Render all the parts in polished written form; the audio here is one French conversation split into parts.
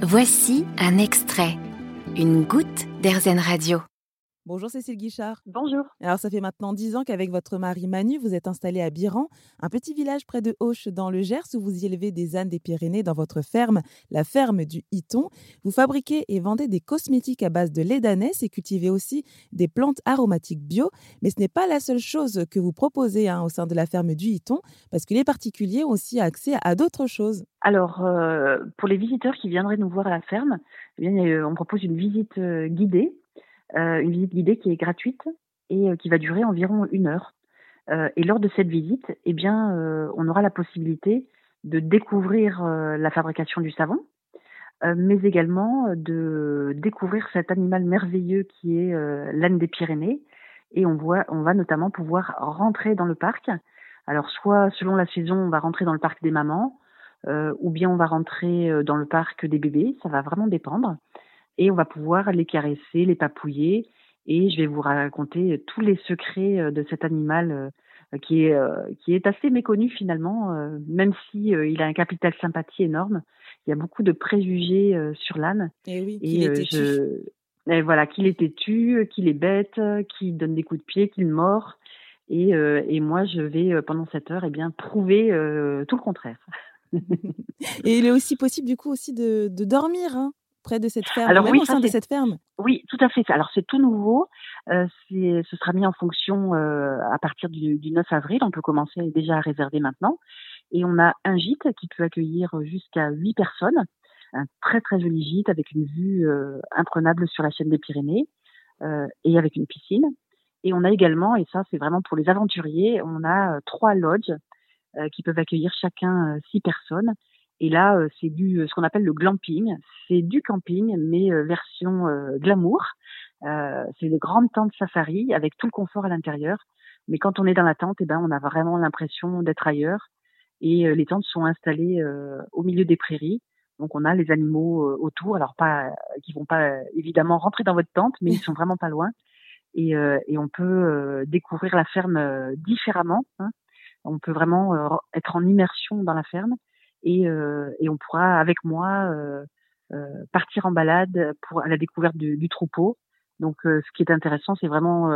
Voici un extrait, une goutte d'Airzen Radio. Bonjour Cécile Guichard. Bonjour. Alors ça fait maintenant 10 ans qu'avec votre mari Manu, vous êtes installé à Biran, un petit village près de Auch dans le Gers où vous y élevez des ânes des Pyrénées dans votre ferme, la ferme du Hiton. Vous fabriquez et vendez des cosmétiques à base de lait d'ânesse et cultivez aussi des plantes aromatiques bio. Mais ce n'est pas la seule chose que vous proposez au sein de la ferme du Hiton, parce que les particuliers ont aussi accès à d'autres choses. Alors, pour les visiteurs qui viendraient nous voir à la ferme, eh bien, on propose une visite guidée. Une visite guidée qui est gratuite et qui va durer environ 1 heure. Et lors de cette visite, eh bien, on aura la possibilité de découvrir la fabrication du savon, mais également de découvrir cet animal merveilleux qui est l'âne des Pyrénées. Et on va notamment pouvoir rentrer dans le parc. Alors, soit selon la saison, on va rentrer dans le parc des mamans, ou bien on va rentrer dans le parc des bébés. Ça va vraiment dépendre. Et on va pouvoir les caresser, les papouiller. Et je vais vous raconter tous les secrets de cet animal qui est assez méconnu finalement, même si il a un capital sympathie énorme. Il y a beaucoup de préjugés sur l'âne. Et oui, qu'il est têtu. Et voilà, qu'il est têtu, qu'il est bête, qu'il donne des coups de pied, qu'il mord. Et moi, je vais pendant cette heure, prouver tout le contraire. Et il est aussi possible du coup aussi de dormir près de cette ferme, Alors, même oui, au sein de cette ferme. Oui, tout à fait. Alors, c'est tout nouveau. Ce sera mis en fonction à partir du 9 avril. On peut commencer déjà à réserver maintenant. Et on a un gîte qui peut accueillir jusqu'à 8 personnes. Un très, très joli gîte avec une vue imprenable sur la chaîne des Pyrénées et avec une piscine. Et on a également, et ça, c'est vraiment pour les aventuriers, on a 3 lodges qui peuvent accueillir chacun 6 personnes. Et là, c'est ce qu'on appelle le glamping. C'est du camping, mais version glamour. C'est de grandes tentes safari avec tout le confort à l'intérieur. Mais quand on est dans la tente, on a vraiment l'impression d'être ailleurs. Et les tentes sont installées au milieu des prairies. Donc, on a les animaux autour. Alors, qui vont pas évidemment rentrer dans votre tente, mais ils sont vraiment pas loin. Et on peut découvrir la ferme différemment. On peut vraiment être en immersion dans la ferme. Et on pourra, avec moi, partir en balade à la découverte du troupeau. Donc, ce qui est intéressant, c'est vraiment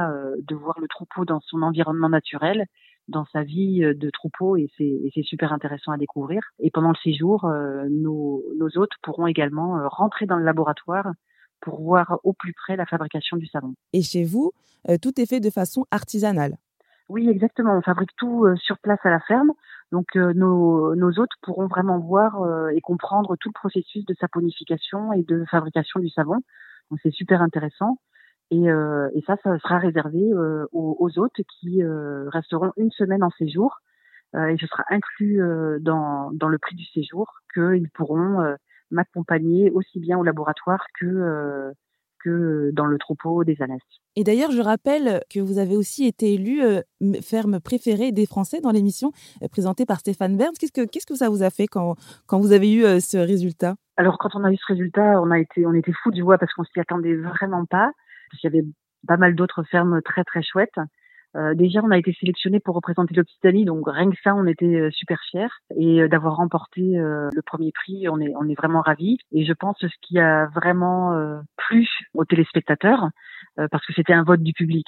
de voir le troupeau dans son environnement naturel, dans sa vie de troupeau, et c'est super intéressant à découvrir. Et pendant le séjour, nos hôtes pourront également rentrer dans le laboratoire pour voir au plus près la fabrication du savon. Et chez vous, tout est fait de façon artisanale. Oui, exactement. On fabrique tout sur place à la ferme. Donc, nos hôtes pourront vraiment voir et comprendre tout le processus de saponification et de fabrication du savon. Donc, c'est super intéressant. Et ça sera réservé aux hôtes qui resteront 1 semaine en séjour. Et ce sera inclus dans le prix du séjour, qu'ils pourront m'accompagner aussi bien au laboratoire que dans le troupeau des ânesses. Et d'ailleurs, je rappelle que vous avez aussi été élue ferme préférée des Français dans l'émission présentée par Stéphane Bern. Qu'est-ce que ça vous a fait quand vous avez eu ce résultat ? Alors, quand on a eu ce résultat, on était fous de joie parce qu'on s'y attendait vraiment pas. Parce qu'il y avait pas mal d'autres fermes très, très chouettes. Déjà, on a été sélectionnés pour représenter l'Occitanie, donc rien que ça, on était super fiers. Et d'avoir remporté le premier prix, on est vraiment ravis. Et je pense que ce qui a vraiment plu aux téléspectateurs, parce que c'était un vote du public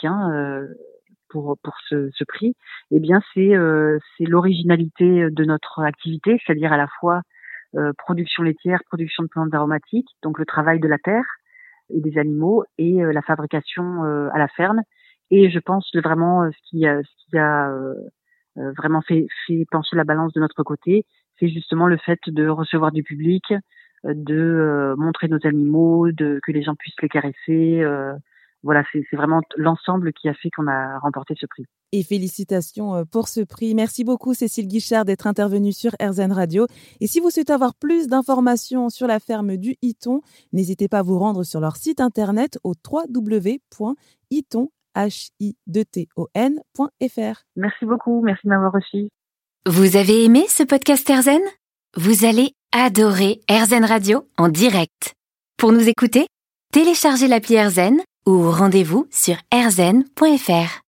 pour ce prix, c'est l'originalité de notre activité, c'est-à-dire à la fois production laitière, production de plantes aromatiques, donc le travail de la terre et des animaux, et la fabrication à la ferme. Et je pense vraiment ce qui a vraiment fait pencher la balance de notre côté, c'est justement le fait de recevoir du public, de montrer nos animaux, que les gens puissent les caresser. Voilà, c'est vraiment l'ensemble qui a fait qu'on a remporté ce prix. Et félicitations pour ce prix. Merci beaucoup Cécile Guichard d'être intervenue sur Airzen Radio. Et si vous souhaitez avoir plus d'informations sur la ferme du Hiton, n'hésitez pas à vous rendre sur leur site internet au www.hiton.fr. Merci beaucoup, merci de m'avoir reçu. Vous avez aimé ce podcast Airzen ? Vous allez adorer Airzen Radio en direct. Pour nous écouter, téléchargez l'appli Airzen ou rendez-vous sur airzen.fr.